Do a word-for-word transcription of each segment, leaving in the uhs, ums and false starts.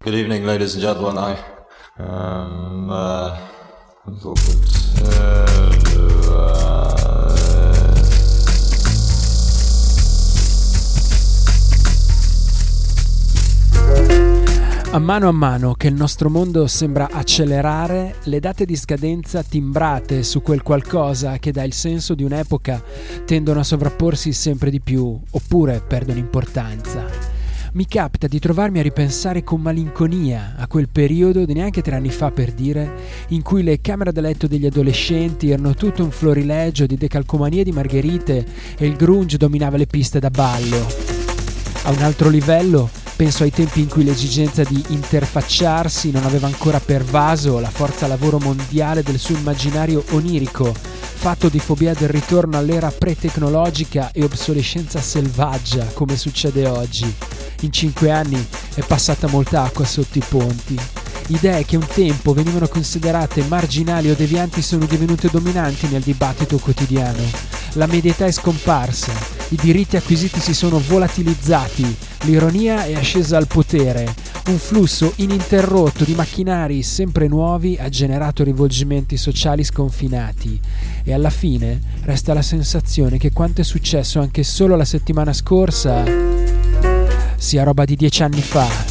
Good evening, ladies and gentlemen. I um uh, uh, A mano a mano che il nostro mondo sembra accelerare, le date di scadenza timbrate su quel qualcosa che dà il senso di un'epoca tendono a sovrapporsi sempre di più, oppure perdono importanza. Mi capita di trovarmi a ripensare con malinconia a quel periodo di neanche tre anni fa, per dire, in cui le camere da letto degli adolescenti erano tutto un florilegio di decalcomanie di margherite e il grunge dominava le piste da ballo. A un altro livello penso ai tempi in cui l'esigenza di interfacciarsi non aveva ancora pervaso la forza lavoro mondiale del suo immaginario onirico, fatto di fobia del ritorno all'era pre-tecnologica e obsolescenza selvaggia, come succede oggi. In cinque anni è passata molta acqua sotto i ponti. Idee che un tempo venivano considerate marginali o devianti sono divenute dominanti nel dibattito quotidiano. La medietà è scomparsa, i diritti acquisiti si sono volatilizzati, l'ironia è ascesa al potere, un flusso ininterrotto di macchinari sempre nuovi ha generato rivolgimenti sociali sconfinati e alla fine resta la sensazione che quanto è successo anche solo la settimana scorsa sia roba di dieci anni fa.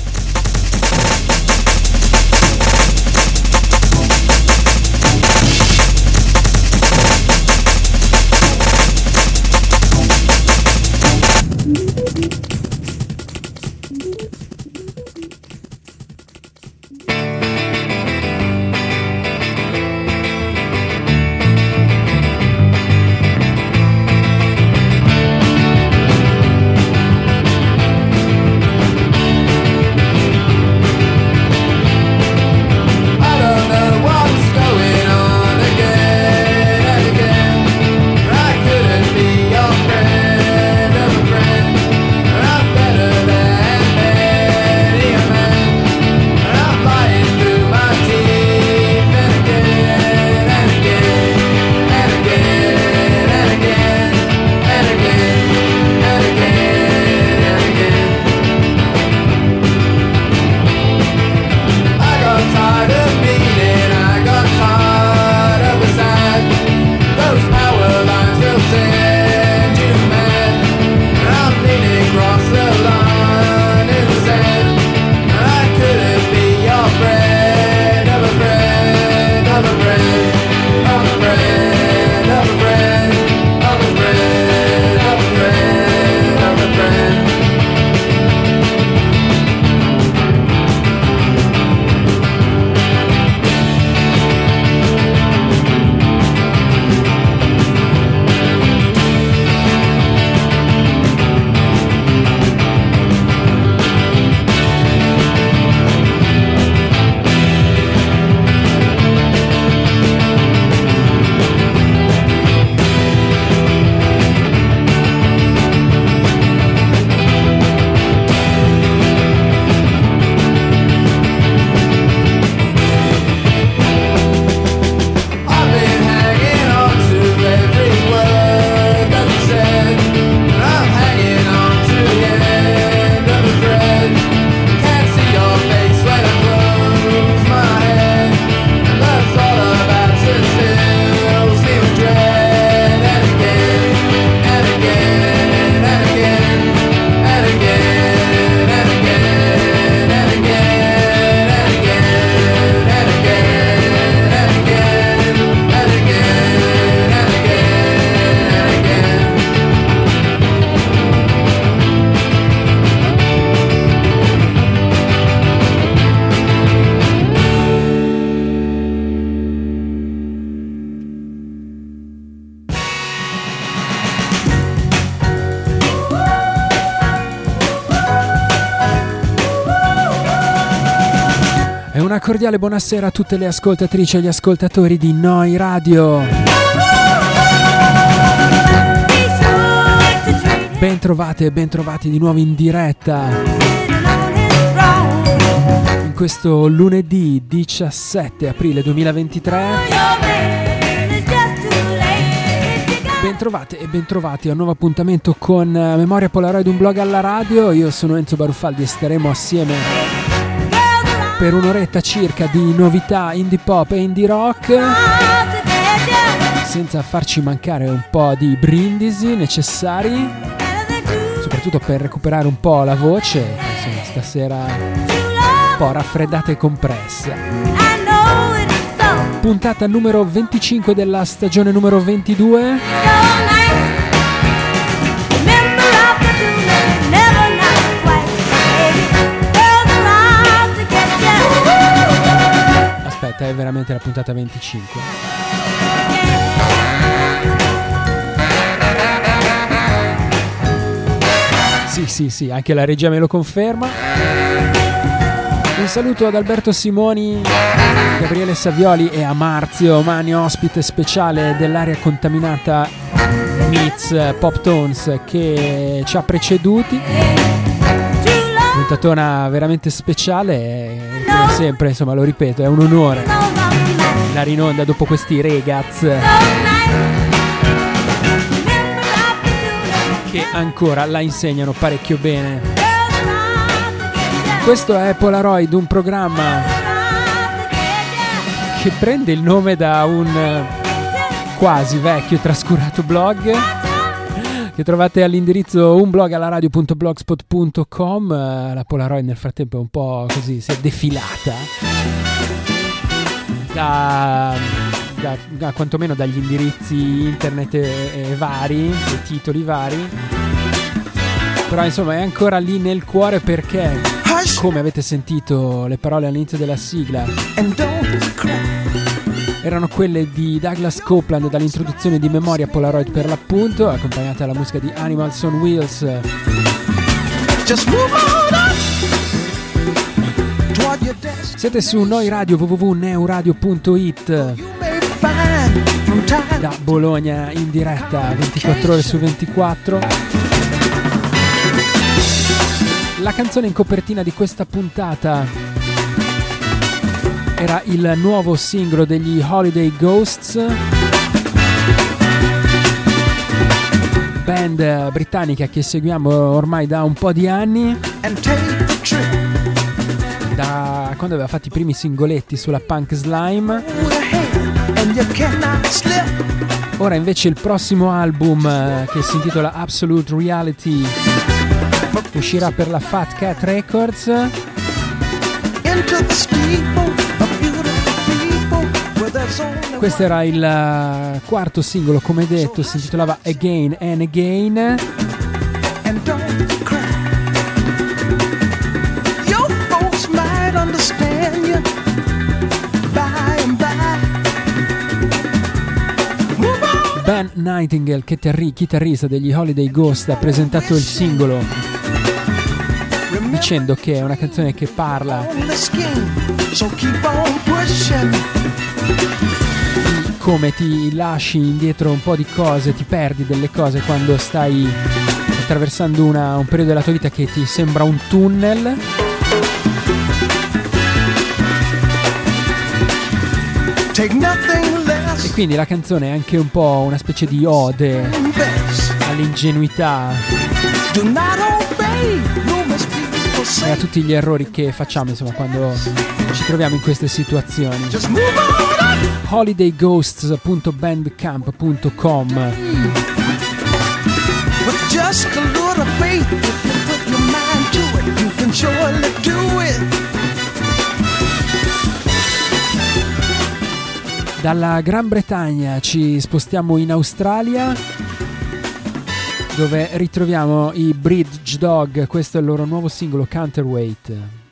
Una cordiale buonasera a tutte le ascoltatrici e gli ascoltatori di Noi Radio. Ben trovate e ben trovati di nuovo in diretta in questo lunedì diciassette aprile duemilaventitré. Ben trovate e ben trovati a un nuovo appuntamento con Memoria Polaroid, un blog alla radio. Io sono Enzo Barufaldi e staremo assieme per un'oretta circa di novità indie pop e indie rock, senza farci mancare un po' di brindisi necessari, soprattutto per recuperare un po' la voce, insomma stasera un po' raffreddata e compressa. Puntata numero venticinque della stagione numero ventidue. Aspetta, è veramente la puntata venticinque. Sì, sì, sì, anche la regia me lo conferma. Un saluto ad Alberto Simoni, Gabriele Savioli e a Marzio Mani, ospite speciale dell'area contaminata Meets Pop Tones che ci ha preceduti. Puntatona veramente speciale, come sempre, insomma, lo ripeto, è un onore la rinonda dopo questi Regaz che ancora la insegnano parecchio bene. Questo è Polaroid, un programma che prende il nome da un quasi vecchio e trascurato blog che trovate all'indirizzo unblogallaradio punto blogspot punto com. La Polaroid nel frattempo è un po' così, si è defilata da, da, da quantomeno dagli indirizzi internet e, e vari, e titoli vari, però insomma è ancora lì nel cuore perché, come avete sentito le parole all'inizio della sigla, erano quelle di Douglas Copeland dall'introduzione di Memoria Polaroid per l'appunto, accompagnata dalla musica di Animals on Wheels. Siete su Noi Radio, w w w punto neuradio punto it, da Bologna in diretta ventiquattro ore su ventiquattro. La canzone in copertina di questa puntata era il nuovo singolo degli Holiday Ghosts, band britannica che seguiamo ormai da un po' di anni, da quando aveva fatto i primi singoletti sulla Punk Slime. Ora invece il prossimo album, che si intitola Absolute Reality, uscirà per la Fat Cat Records. Questo era il quarto singolo, come detto, si intitolava Again and Again. Ben Nightingale, chitarrista degli Holiday Ghost, ha presentato il singolo dicendo che è una canzone che parla di come ti lasci indietro un po' di cose, ti perdi delle cose quando stai attraversando una, un periodo della tua vita che ti sembra un tunnel. E quindi la canzone è anche un po' una specie di ode all'ingenuità e a tutti gli errori che facciamo, insomma, quando ci troviamo in queste situazioni. holiday ghosts punto bandcamp punto com. Dalla Gran Bretagna ci spostiamo in Australia, dove ritroviamo i Bridge Dog. Questo è il loro nuovo singolo, Counterweight.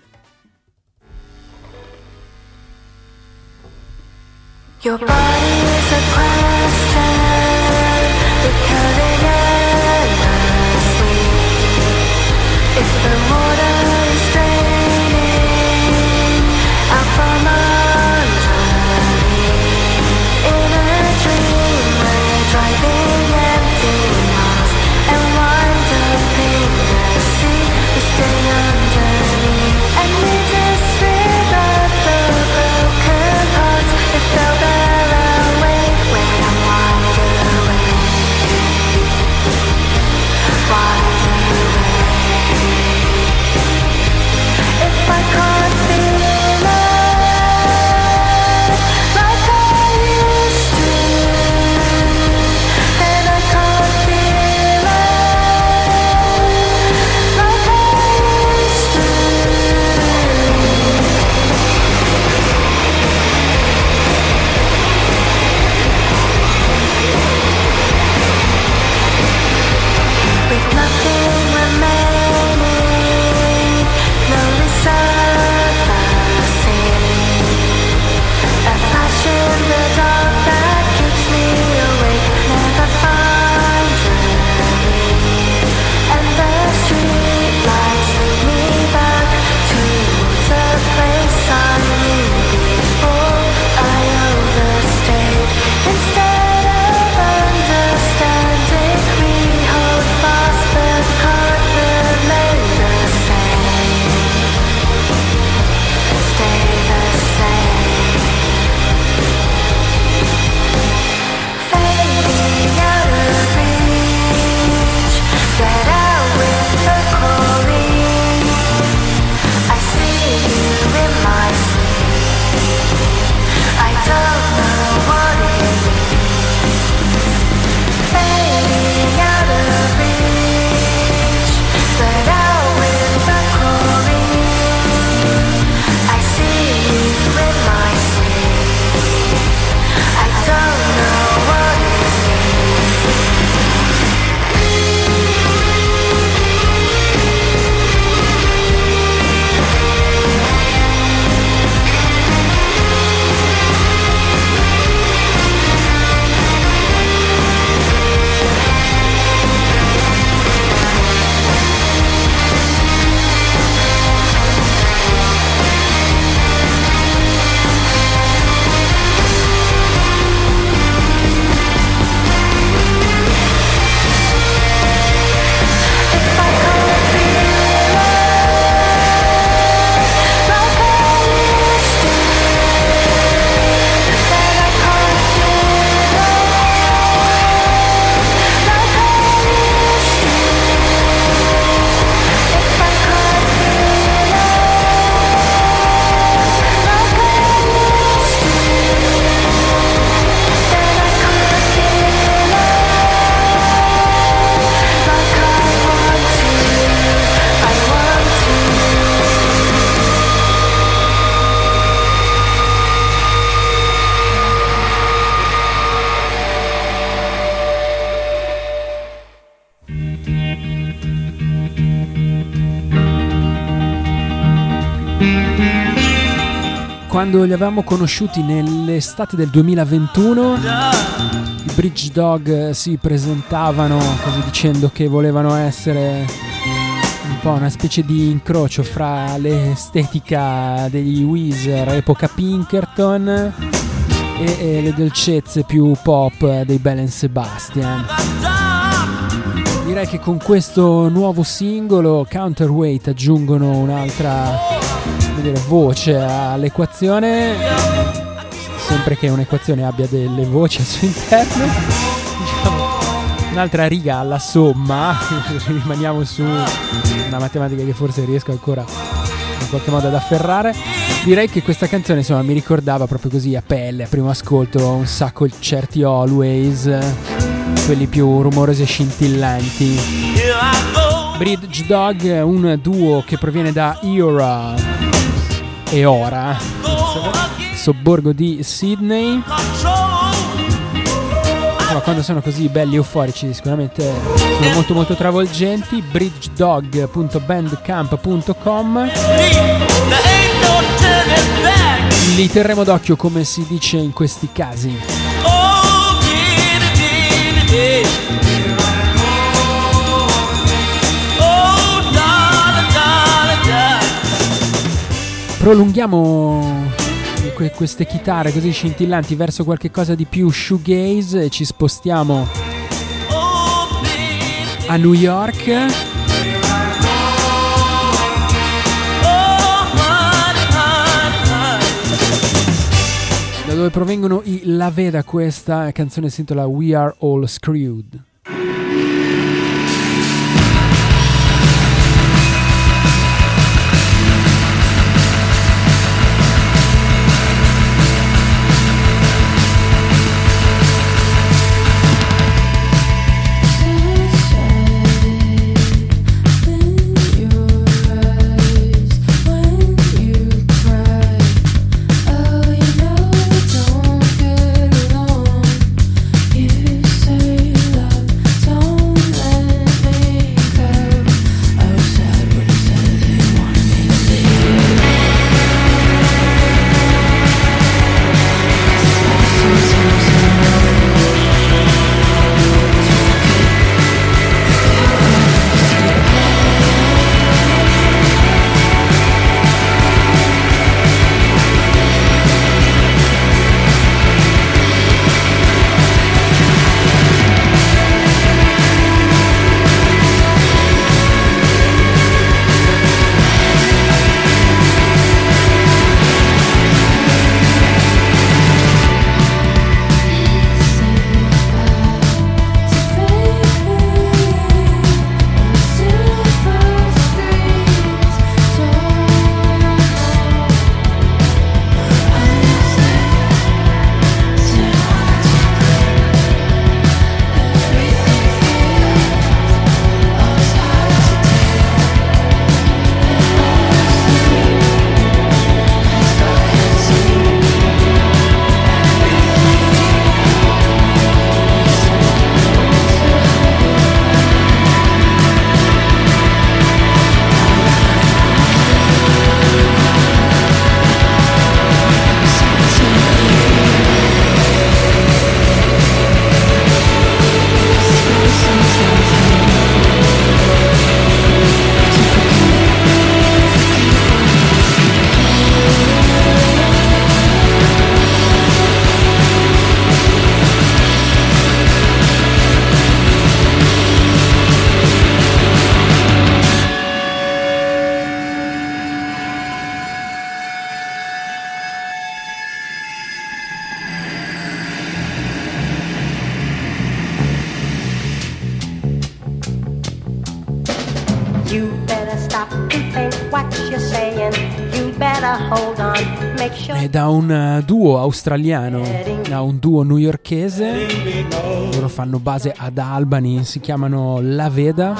Your body is a question, recurring endlessly. If the water is draining out from under me, in a dream we're driving empty miles and wind up in the sea. We stay underneath and we disregard the broken hearts that fell there away when I'm wide awake. quando li avevamo conosciuti nell'estate del duemilaventuno, i Bridge Dog si presentavano così dicendo che volevano essere un po' una specie di incrocio fra l'estetica degli Weezer epoca Pinkerton e, e le dolcezze più pop dei Belle and Sebastian. Direi che con questo nuovo singolo Counterweight aggiungono un'altra, come dire, voce all'equazione, sempre che un'equazione abbia delle voci al suo interno, diciamo un'altra riga alla somma. Rimaniamo su una matematica che forse riesco ancora in qualche modo ad afferrare. Direi che questa canzone, insomma, mi ricordava proprio così a pelle, a primo ascolto, un sacco certi Always, quelli più rumorosi e scintillanti. Bridge Dog, un duo che proviene da Eora e Ora, sobborgo di Sydney. No, quando sono così belli euforici sicuramente sono molto molto travolgenti. bridge dog punto bandcamp punto com. Li terremo d'occhio, come si dice in questi casi. Prolunghiamo que- queste chitarre così scintillanti verso qualche cosa di più shoegaze e ci spostiamo a New York, da dove provengono i La Veda. Questa canzone si intitola We Are All Screwed. È da un duo australiano, da un duo newyorkese. Loro fanno base ad Albany, si chiamano La Veda.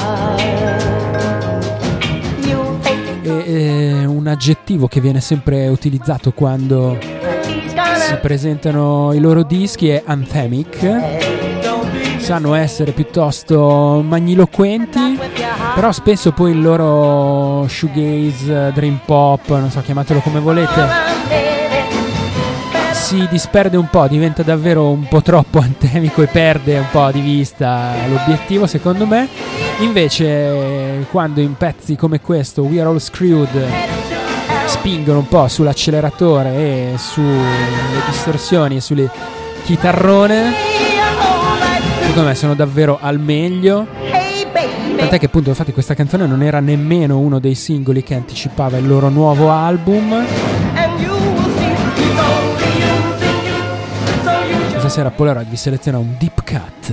E, e un aggettivo che viene sempre utilizzato quando si presentano i loro dischi è anthemic. Sanno essere piuttosto magniloquenti Però spesso poi il loro shoegaze, dream pop, non so, chiamatelo come volete, si disperde un po', diventa davvero un po' troppo antemico e perde un po' di vista l'obiettivo, secondo me. Invece quando in pezzi come questo We Are All Screwed spingono un po' sull'acceleratore e sulle distorsioni e sulle chitarrone, secondo me sono davvero al meglio. Tant'è che appunto infatti questa canzone non era nemmeno uno dei singoli che anticipava il loro nuovo album. Questa sera Polaroid vi seleziona un deep cut.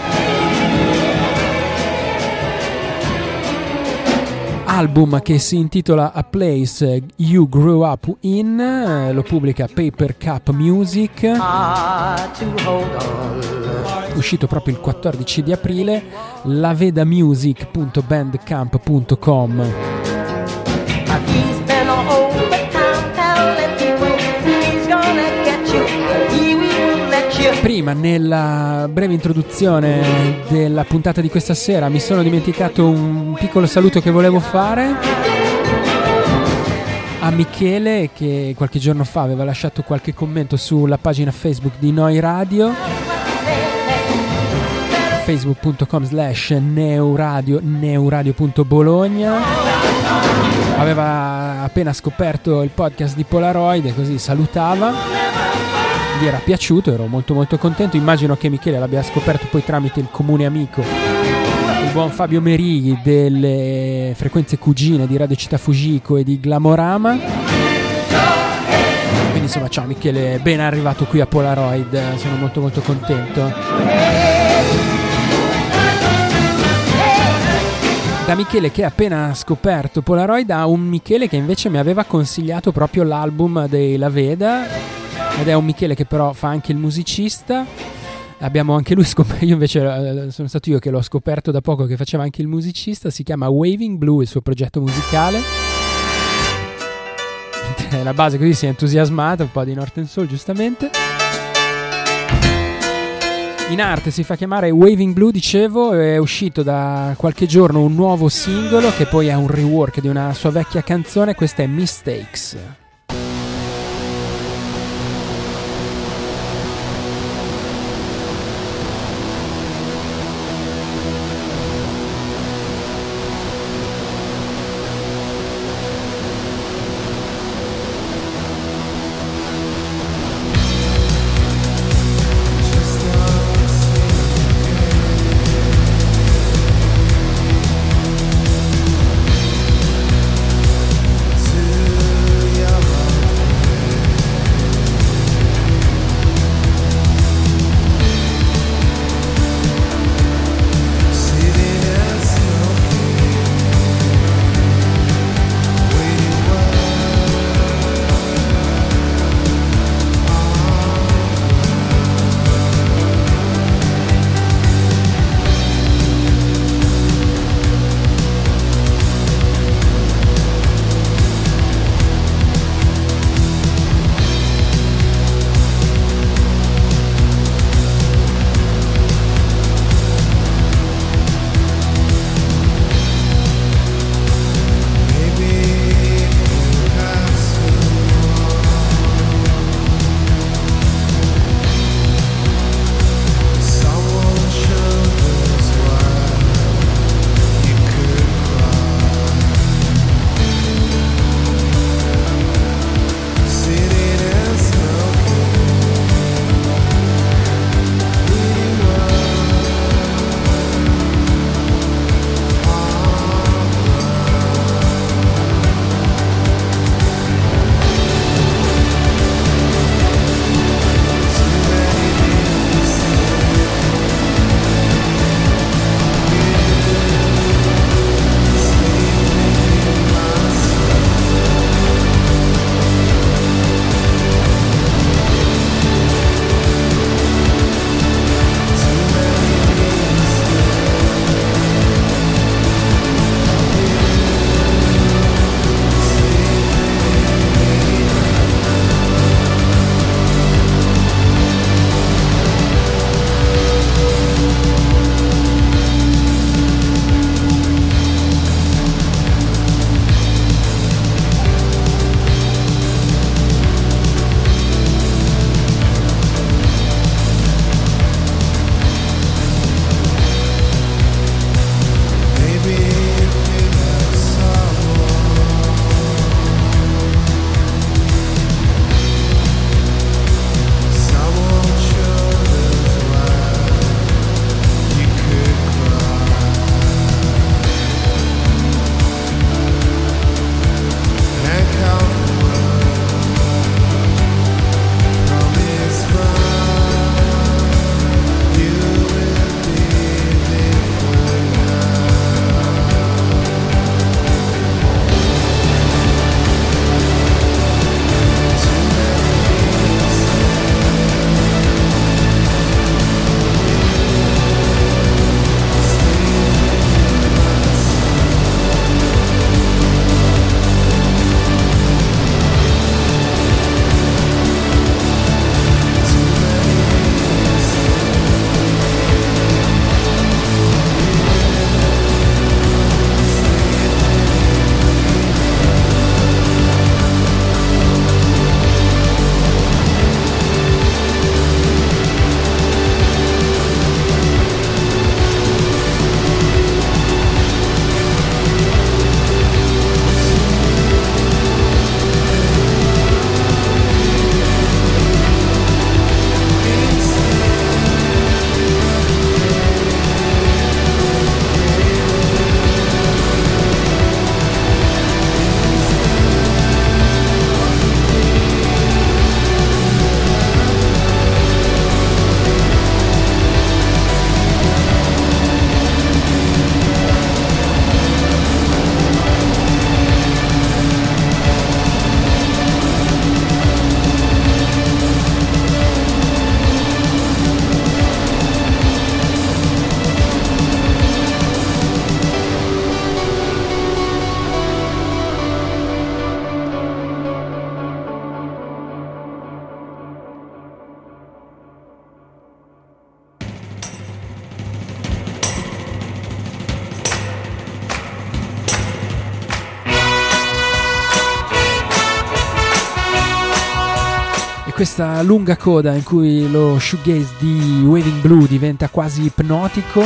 Album che si intitola A Place You Grew Up In, lo pubblica Paper Cup Music, uscito proprio il quattordici di aprile, lavedamusic punto bandcamp punto com. Prima, nella breve introduzione della puntata di questa sera, mi sono dimenticato un piccolo saluto che volevo fare a Michele, che qualche giorno fa aveva lasciato qualche commento sulla pagina Facebook di Noi Radio, facebook punto com slash neuradio, neuradio punto bologna. Aveva appena scoperto il podcast di Polaroid e così salutava. Gli era piaciuto, ero molto molto contento. Immagino che Michele l'abbia scoperto poi tramite il comune amico, il buon Fabio Merighi delle frequenze cugine di Radio Città Fujiko e di Glamorama. Quindi insomma, ciao Michele, ben arrivato qui a Polaroid, sono molto molto contento. Da Michele che ha appena scoperto Polaroid a un Michele che invece mi aveva consigliato proprio l'album dei La Veda, ed è un Michele che però fa anche il musicista. Abbiamo anche lui scoperto, io invece sono stato io che l'ho scoperto da poco che faceva anche il musicista. Si chiama Waving Blue il suo progetto musicale. La base così si è entusiasmata, un po' di Northern Soul giustamente. In arte si fa chiamare Waving Blue, dicevo, è uscito da qualche giorno un nuovo singolo che poi è un rework di una sua vecchia canzone. Questa è Mistakes. To your questa lunga coda in cui lo shoegaze di Waving Blue diventa quasi ipnotico.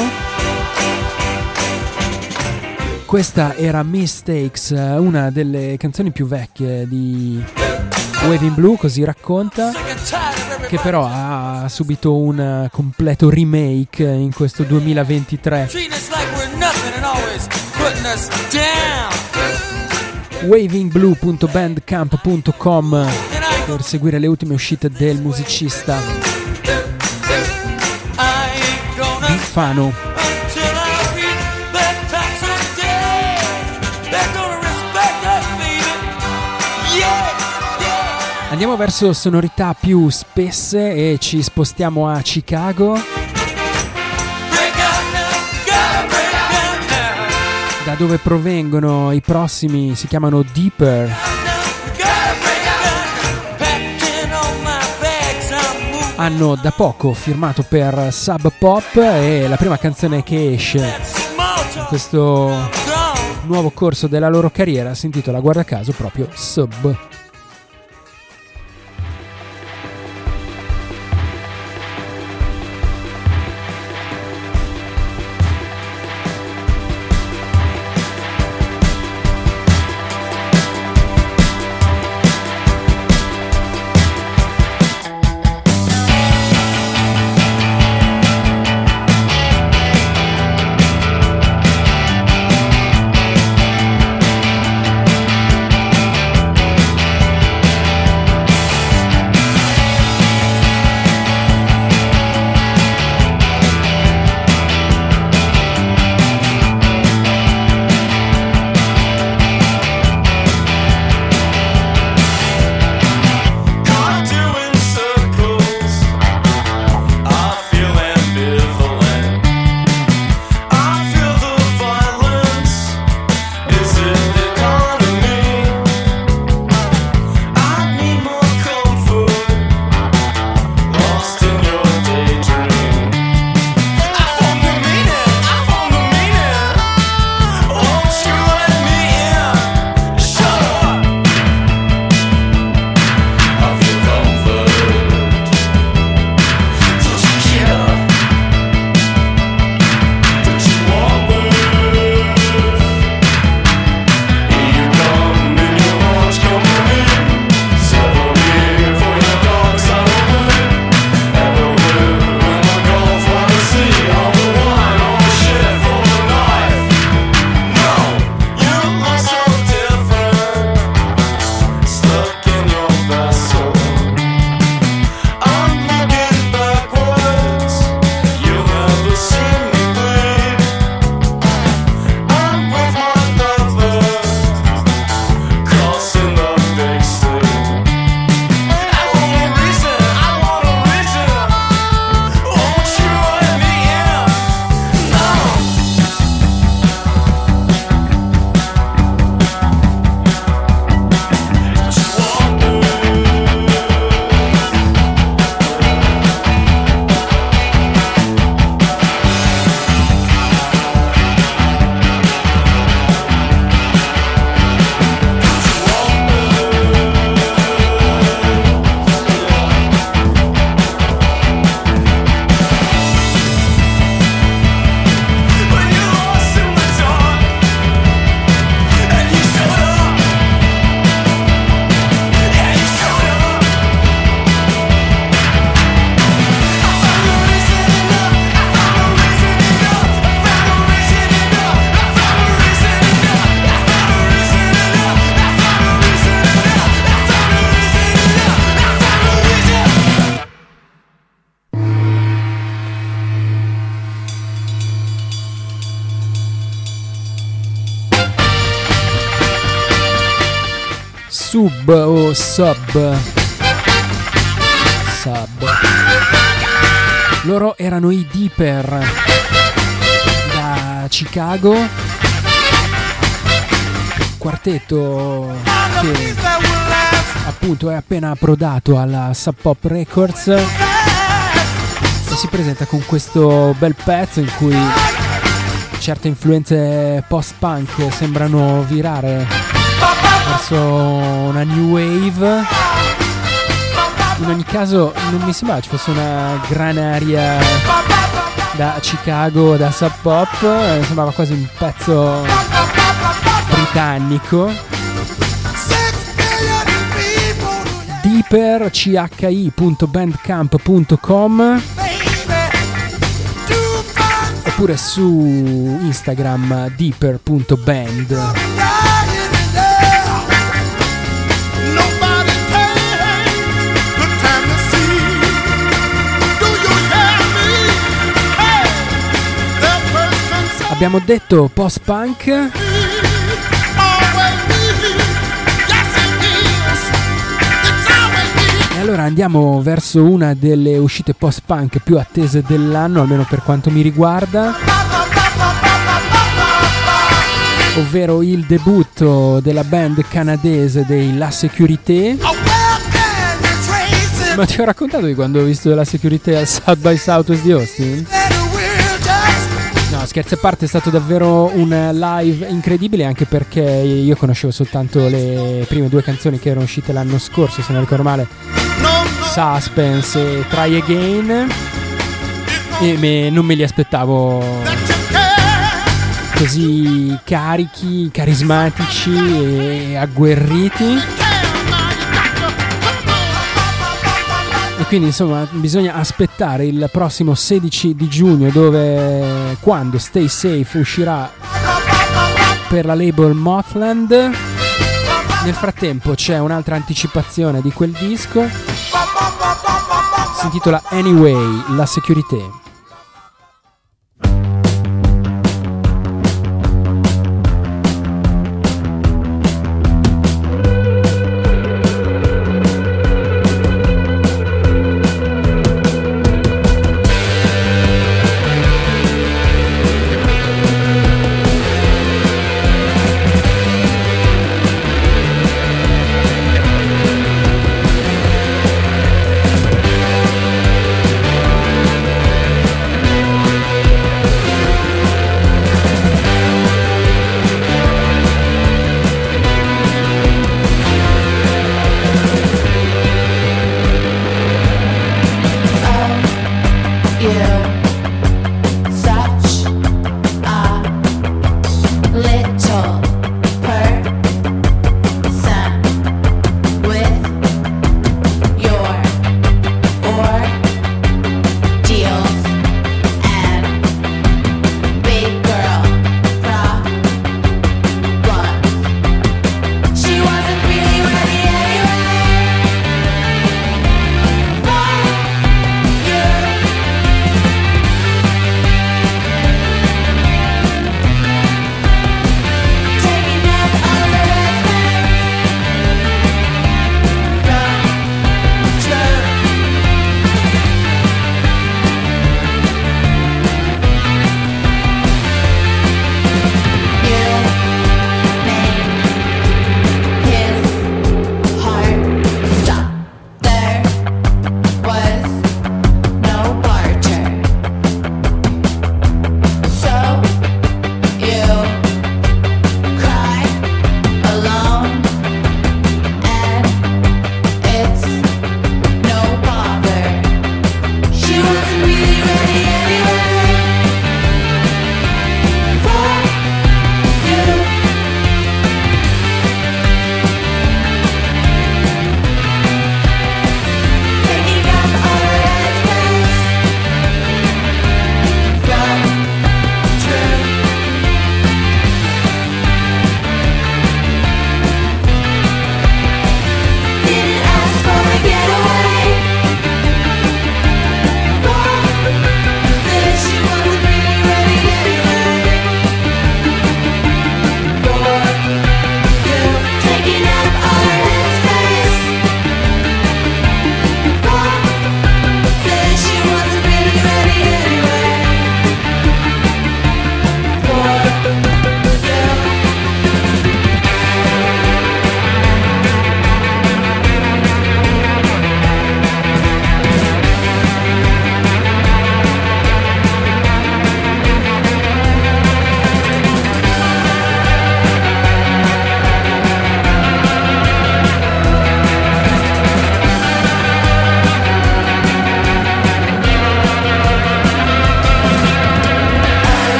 Questa era Mistakes, una delle canzoni più vecchie di Waving Blue, così racconta, che però ha subito un completo remake in questo duemilaventitré. waving blue punto bandcamp punto com per seguire le ultime uscite del musicista Bifano. Andiamo verso sonorità più spesse e ci spostiamo a Chicago, da dove provengono i prossimi. Si chiamano Deeper. Hanno da poco firmato per Sub Pop e la prima canzone che esce in questo nuovo corso della loro carriera si intitola, guarda caso, proprio Sub. Sub o Sub Sub Loro erano i Deeper da Chicago, quartetto che appunto è appena approdato alla Sub Pop Records e si presenta con questo bel pezzo in cui certe influenze post-punk sembrano virare verso una new wave In ogni caso non mi sembra ci fosse una gran aria da Chicago, da Sub Pop, eh, sembrava quasi un pezzo britannico. Deeper, c h i punto bandcamp punto com, oppure su Instagram deeper punto band. Abbiamo detto post-punk. E allora andiamo verso una delle uscite post-punk più attese dell'anno, almeno per quanto mi riguarda, ovvero il debutto della band canadese dei La Sécurité. Ma ti ho raccontato di quando ho visto La Sécurité al South by Southwest di Austin? No, scherzi a parte, è stato davvero un live incredibile, anche perché io conoscevo soltanto le prime due canzoni che erano uscite l'anno scorso, se non ricordo male, Suspense e Try Again, e me, non me li aspettavo così carichi, carismatici e agguerriti. E quindi insomma bisogna aspettare il prossimo sedici di giugno, dove quando Stay Safe uscirà per la label Mothland. Nel frattempo c'è un'altra anticipazione di quel disco, si intitola Anyway, La Sécurité.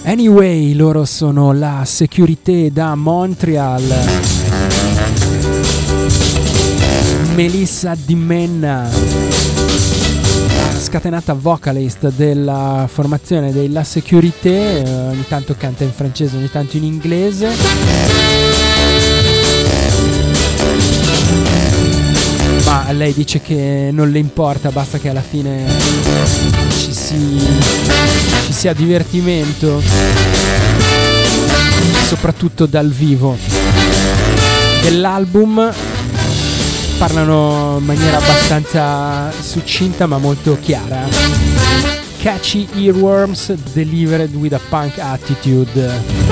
Anyway, loro sono la Sécurité da Montreal. Melissa Di Menna, scatenata vocalist della formazione dei La Sécurité, ogni tanto canta in francese, ogni tanto in inglese. Ma lei dice che non le importa, basta che alla fine ci, si, ci sia divertimento, soprattutto dal vivo. Dell'album parlano in maniera abbastanza succinta ma molto chiara. Catchy earworms delivered with a punk attitude.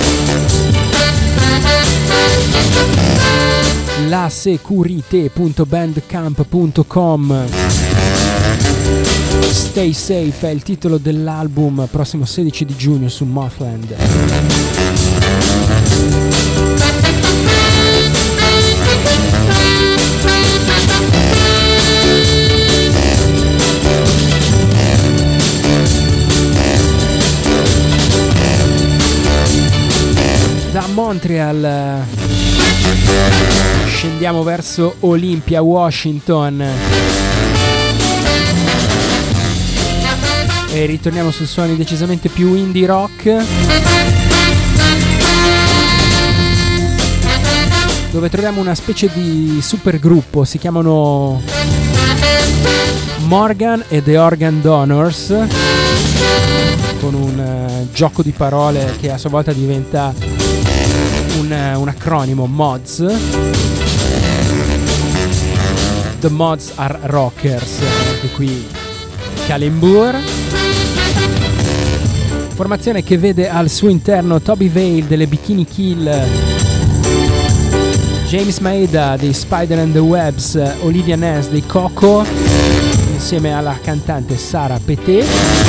la sécurité punto bandcamp punto com. Stay Safe è il titolo dell'album, prossimo sedici di giugno su Mothland. Da Montreal scendiamo verso Olympia, Washington, e ritorniamo su suoni decisamente più indie rock, dove troviamo una specie di supergruppo. Si chiamano Morgan e The Organ Donors, con un uh, gioco di parole che a sua volta diventa un, uh, un acronimo, M O D S. The Mods Are Rockers, anche qui Calembour. Formazione che vede al suo interno Toby Vale delle Bikini Kill, James Maeda dei Spider and the Webs, Olivia Ness dei Coco, insieme alla cantante Sara Peté,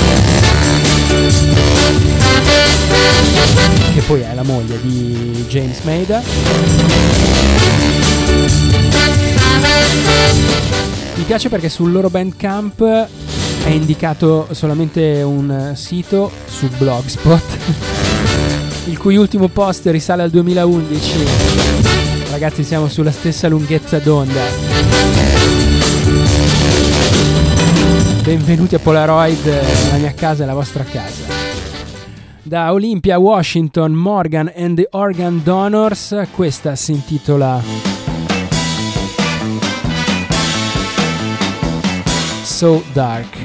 che poi è la moglie di James Maeda. Mi piace perché sul loro Bandcamp è indicato solamente un sito su Blogspot, il cui ultimo post risale al duemilaundici. Ragazzi, siamo sulla stessa lunghezza d'onda. Benvenuti a Polaroid, la mia casa è la vostra casa. Da Olympia, Washington, Morgan and the Organ Donors, questa si intitola So Dark.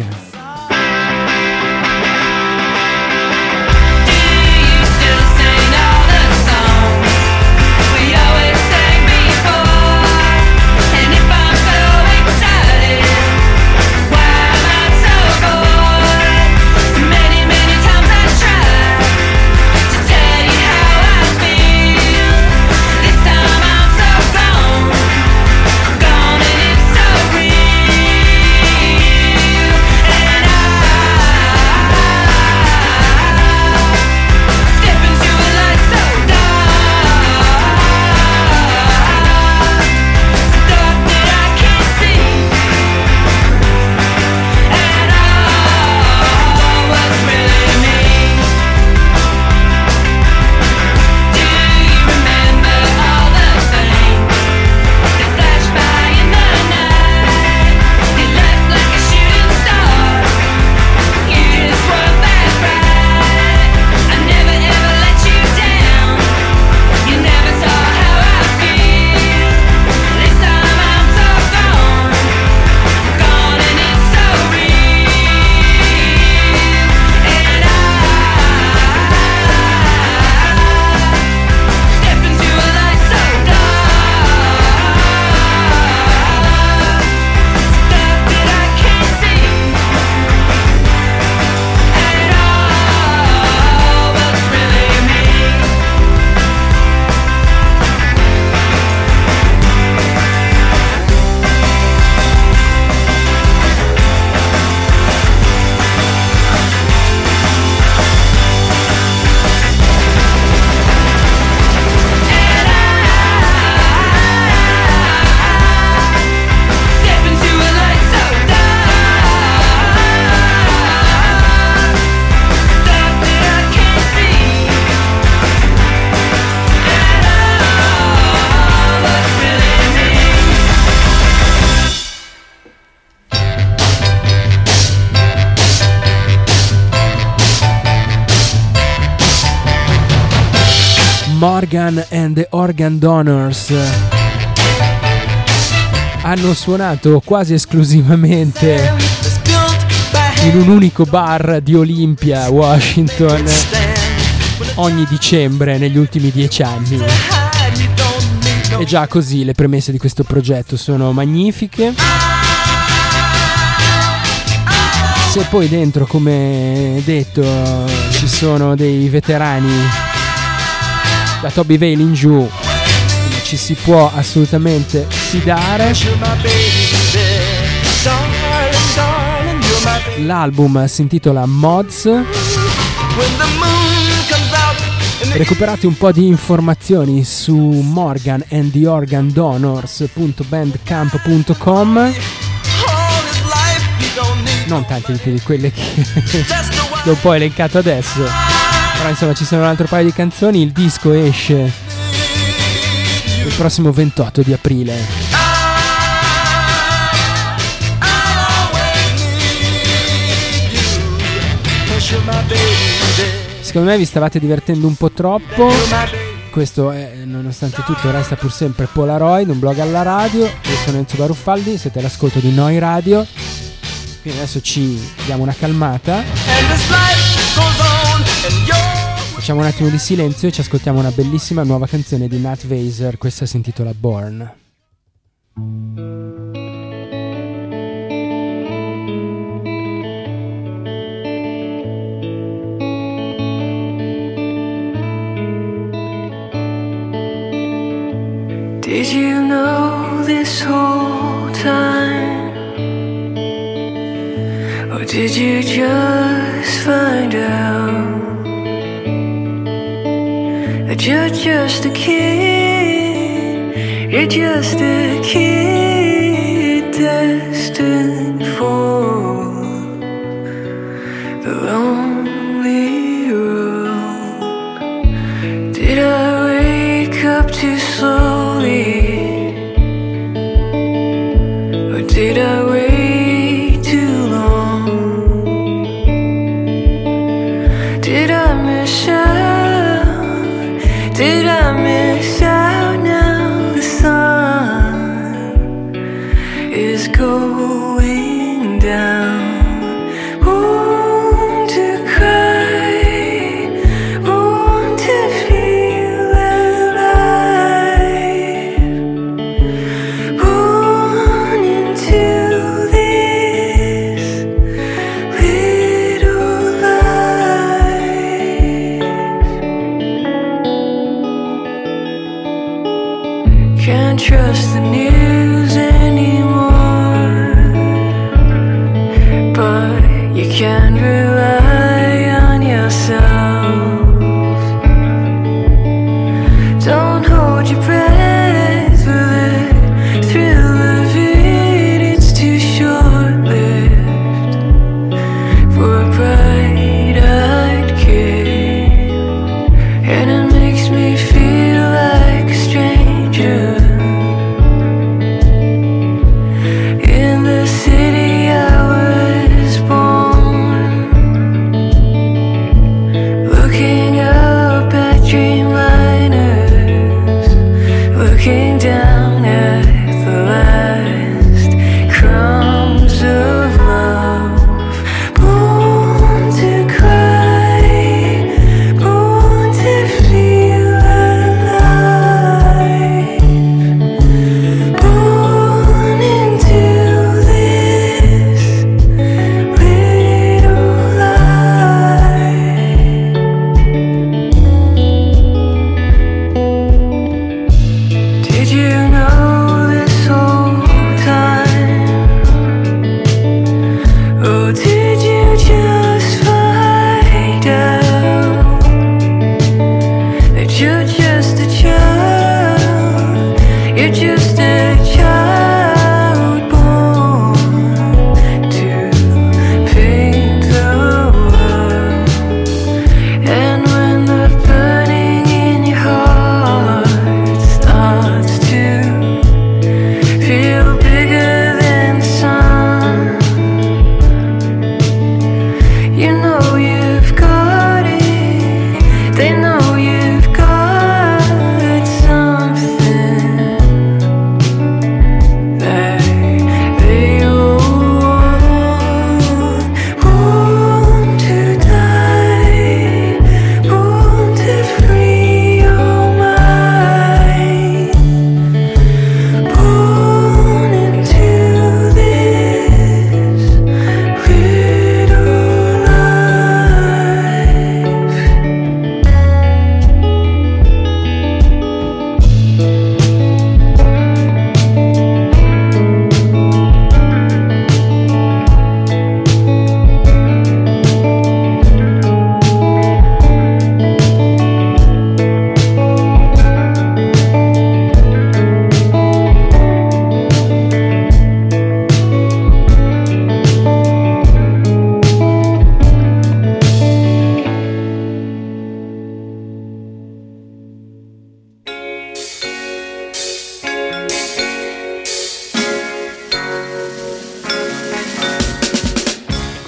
Gone and it's so real. Morgan and the Organ Donors hanno suonato quasi esclusivamente in un unico bar di Olympia, Washington, ogni dicembre negli ultimi dieci anni. E già così le premesse di questo progetto sono magnifiche. Se poi dentro, come detto, ci sono dei veterani da Toby Vale in giù, ci si può assolutamente fidare. L'album si intitola Mods. Recuperate un po' di informazioni su morgan and the organ donors punto bandcamp punto com. Non tante di più di quelle che l'ho un po' elencato adesso, però insomma ci sono un altro paio di canzoni. Il disco esce il prossimo ventotto di aprile. Secondo me vi stavate divertendo un po' troppo. Questo è, nonostante tutto, resta pur sempre Polaroid, un blog alla radio. Io sono Enzo Baruffaldi, siete all'ascolto di Noi Radio. Quindi adesso ci diamo una calmata, facciamo un attimo di silenzio e ci ascoltiamo una bellissima nuova canzone di Nat Vaser. Questa si intitola Born. Did you know this whole time? Or did you just find out that you're just a kid? You're just a kid destined for the lonely road. Did I wake up too slowly? Or did I wait too long? Did I miss out? Did I miss out? Now the sun is going down. Born to cry, born to feel alive, born into this little life. Can't trust the news anymore, but you can rely on yourself. Don't hold your breath for the thrill of it. It's too short-lived for a bright-eyed kid, and it makes me feel like a stranger in the city I was born.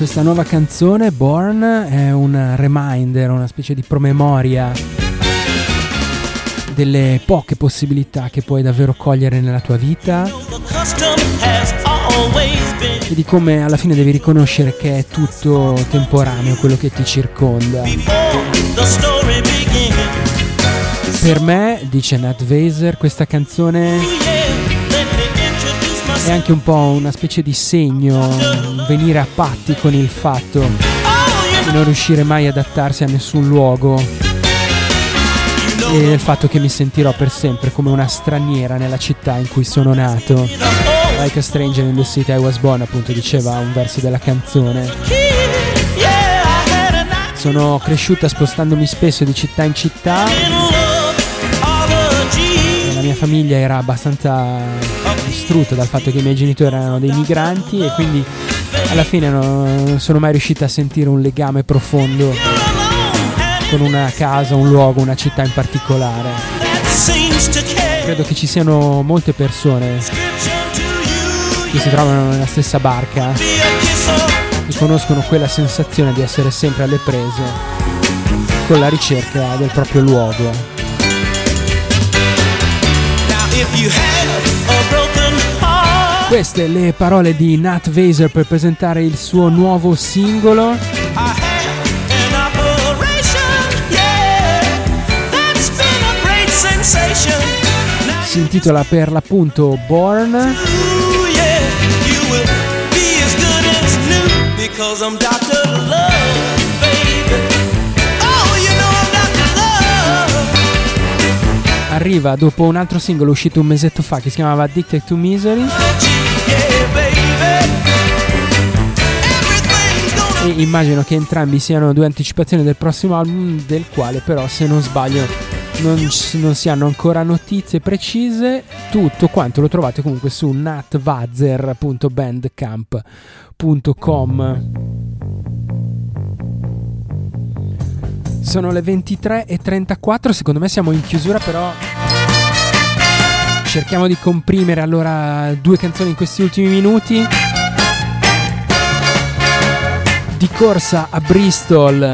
Questa nuova canzone, Born, è un reminder, una specie di promemoria delle poche possibilità che puoi davvero cogliere nella tua vita e di come alla fine devi riconoscere che è tutto temporaneo quello che ti circonda. Per me, dice Nat Weiser, questa canzone è anche un po' una specie di segno, venire a patti con il fatto di non riuscire mai ad adattarsi a nessun luogo e il fatto che mi sentirò per sempre come una straniera nella città in cui sono nato. Like a stranger in the city I was born, appunto diceva un verso della canzone. Sono cresciuta spostandomi spesso di città in città. La mia famiglia era abbastanza distrutta dal fatto che i miei genitori erano dei migranti e quindi alla fine non sono mai riuscita a sentire un legame profondo con una casa, un luogo, una città in particolare. Credo che ci siano molte persone che si trovano nella stessa barca e conoscono quella sensazione di essere sempre alle prese con la ricerca del proprio luogo. Queste le parole di Nat Weiser per presentare il suo nuovo singolo. Si intitola per l'appunto Born. Arriva dopo un altro singolo uscito un mesetto fa che si chiamava Addicted to Misery e immagino che entrambi siano due anticipazioni del prossimo album, del quale però, se non sbaglio, non, non si hanno ancora notizie precise. Tutto quanto lo trovate comunque su natvazer punto bandcamp punto com. Sono le ventitré e trentaquattro, secondo me siamo in chiusura, però cerchiamo di comprimere allora due canzoni in questi ultimi minuti. Di corsa a Bristol,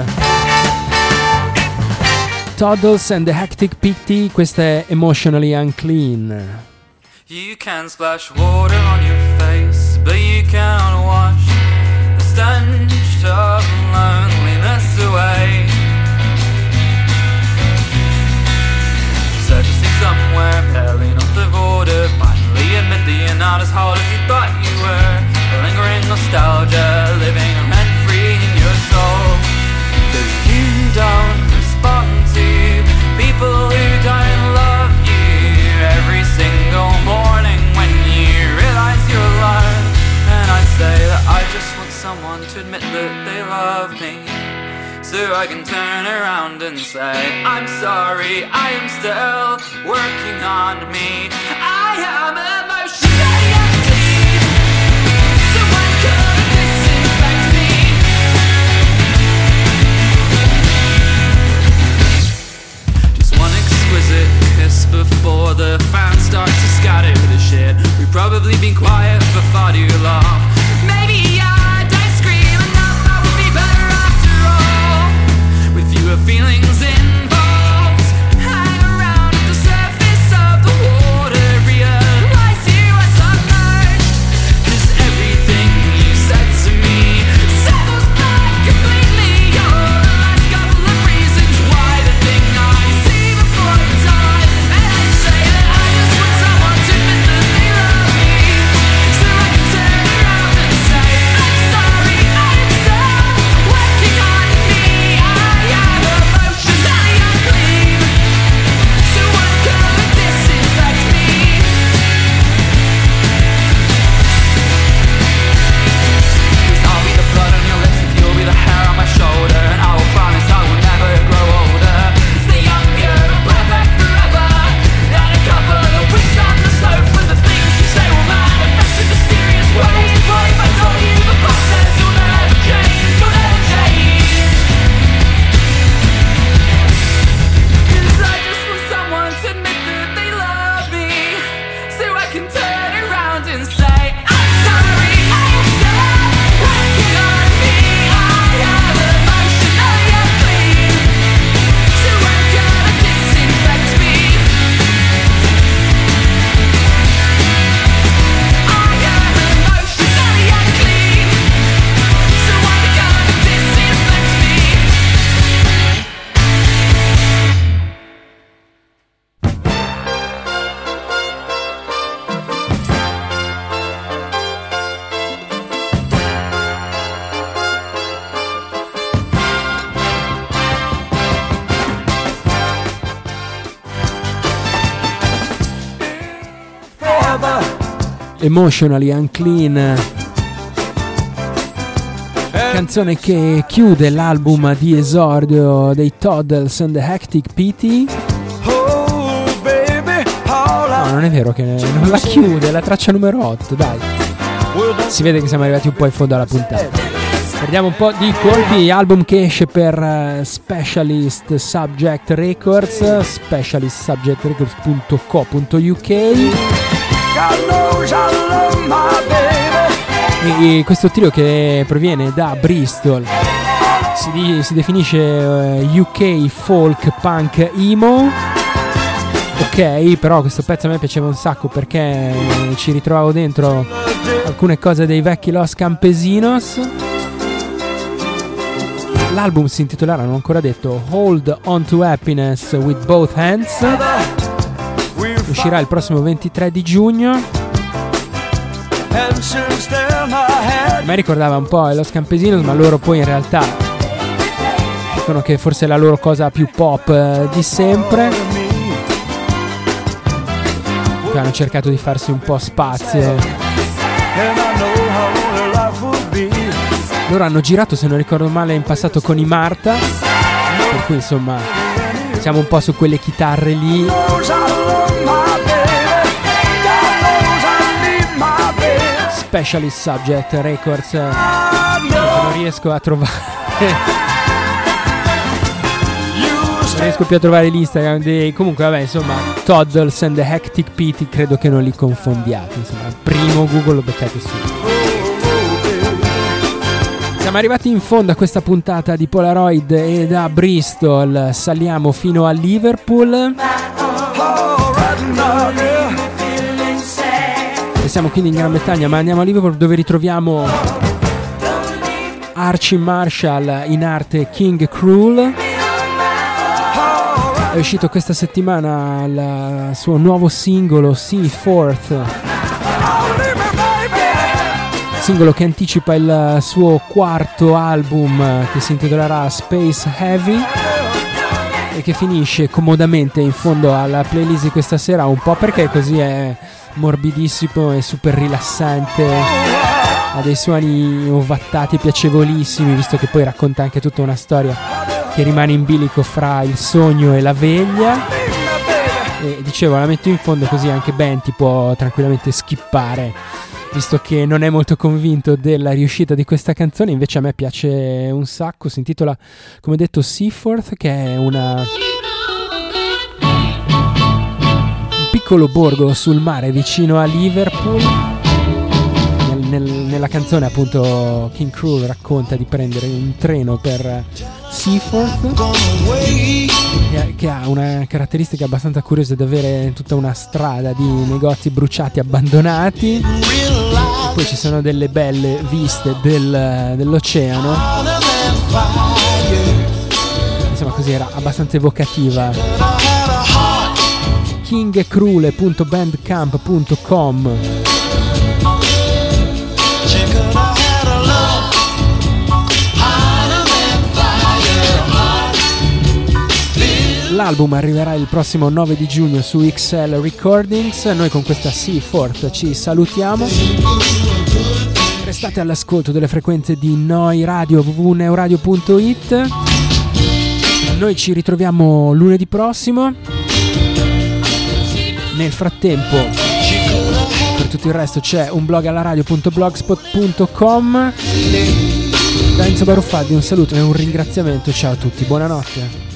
Toddles and the Hectic Pity, questa è Emotionally Unclean. You can splash water on your face, but you cannot wash the stench of loneliness away. Surfacing somewhere, barely not the border. Finally admit that you're not as hard as you thought you were. A lingering nostalgia, living rent-free in your soul. Cause you don't respond to people who don't love you. Every single morning when you realize you're alone. And I say that I just want someone to admit that they love me, so I can turn around and say, I'm sorry, I am still working on me. I am emotionally unclean. Someone could disinfect me. Just one exquisite kiss before the fans start to scatter the shit. We've probably been quiet for far too long. Maybe I don't scream enough, I would be better after all. With fewer feelings involved, hang around at the surface of the water, realize Emotionally Unclean, canzone che chiude l'album di esordio dei Toddles and the Hectic Pity. No, non è vero che non la chiude, la traccia numero otto, dai. Si vede che siamo arrivati un po' in fondo alla puntata. Perdiamo un po' di colpi. Album che esce per uh, Specialist Subject Records, specialist subject records punto co punto u k. E, e questo trio che proviene da Bristol si, di, si definisce uh, U K folk punk emo. Ok, però questo pezzo a me piaceva un sacco perché ci ritrovavo dentro alcune cose dei vecchi Los Campesinos. L'album si intitolerà, non ho ancora detto, Hold On To Happiness With Both Hands. Uscirà il prossimo ventitré di giugno. A me ricordava un po' Los Campesinos, ma loro poi in realtà dicono che forse è la loro cosa più pop eh, di sempre. Hanno cercato di farsi un po' spazio. Loro hanno girato, se non ricordo male, in passato con i Marta, per cui insomma siamo un po' su quelle chitarre lì. Specialist Subject Records, eh, non riesco a trovare non riesco più a trovare l'Instagram dei... Comunque vabbè, insomma, Toddles and the Hectic Pity, credo che non li confondiate, insomma, primo Google lo beccate subito. Siamo arrivati in fondo a questa puntata di Polaroid e da Bristol saliamo fino a Liverpool e siamo quindi in Gran Bretagna, ma andiamo a Liverpool dove ritroviamo Archie Marshall, in arte King Cruel. È uscito questa settimana il suo nuovo singolo Seaforth, singolo che anticipa il suo quarto album che si intitolerà Space Heavy e che finisce comodamente in fondo alla playlist di questa sera, un po' perché così è morbidissimo e super rilassante, ha dei suoni ovattati piacevolissimi, visto che poi racconta anche tutta una storia che rimane in bilico fra il sogno e la veglia. E dicevo, la metto in fondo così anche Ben ti può tranquillamente skippare, visto che non è molto convinto della riuscita di questa canzone. Invece a me piace un sacco. Si intitola, come detto, Seaforth, che è una un piccolo borgo sul mare vicino a Liverpool. Nel, nel, nella canzone appunto King Cruel racconta di prendere un treno per Seaforth, che ha una caratteristica abbastanza curiosa di avere tutta una strada di negozi bruciati abbandonati. Poi ci sono delle belle viste del, dell'oceano, insomma così era abbastanza evocativa. king cruel punto bandcamp punto com. L'album arriverà il prossimo nove di giugno su X L Recordings. Noi con questa Seaforth ci salutiamo. Restate all'ascolto delle frequenze di Noi Radio, w w w punto neuradio punto it. Noi ci ritroviamo lunedì prossimo. Nel frattempo, per tutto il resto c'è un blog alla radio punto blogspot punto com. Da Enzo Baruffaldi un saluto e un ringraziamento. Ciao a tutti, buonanotte.